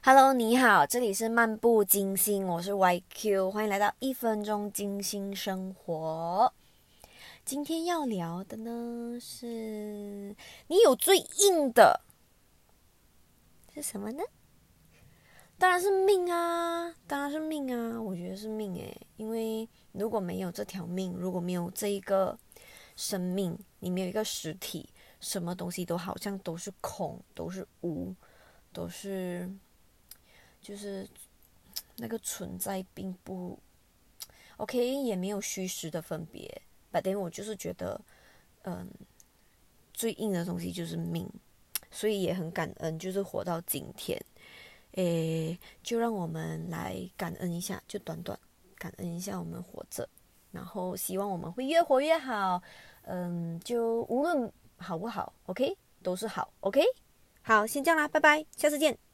Hello，你好，这里是漫步金星，我是 YQ，欢迎来到1分钟金星生活。今天要聊的呢是，你有最硬的是什么呢？当然是命啊，当然是命啊，我觉得是命诶，因为如果没有这条命，如果没有这一个生命，你没有一个实体，什么东西都好像都是空，都是无，都是就是那个存在并不 OK，也没有虚实的分别。But then 我就是觉得，嗯，最硬的东西就是命，所以也很感恩，就是活到今天。就让我们来感恩一下，就短短感恩一下我们活着，然后希望我们会越活越好。就无论好不好，OK，都是好，OK。好，先这样啦，拜拜，下次见。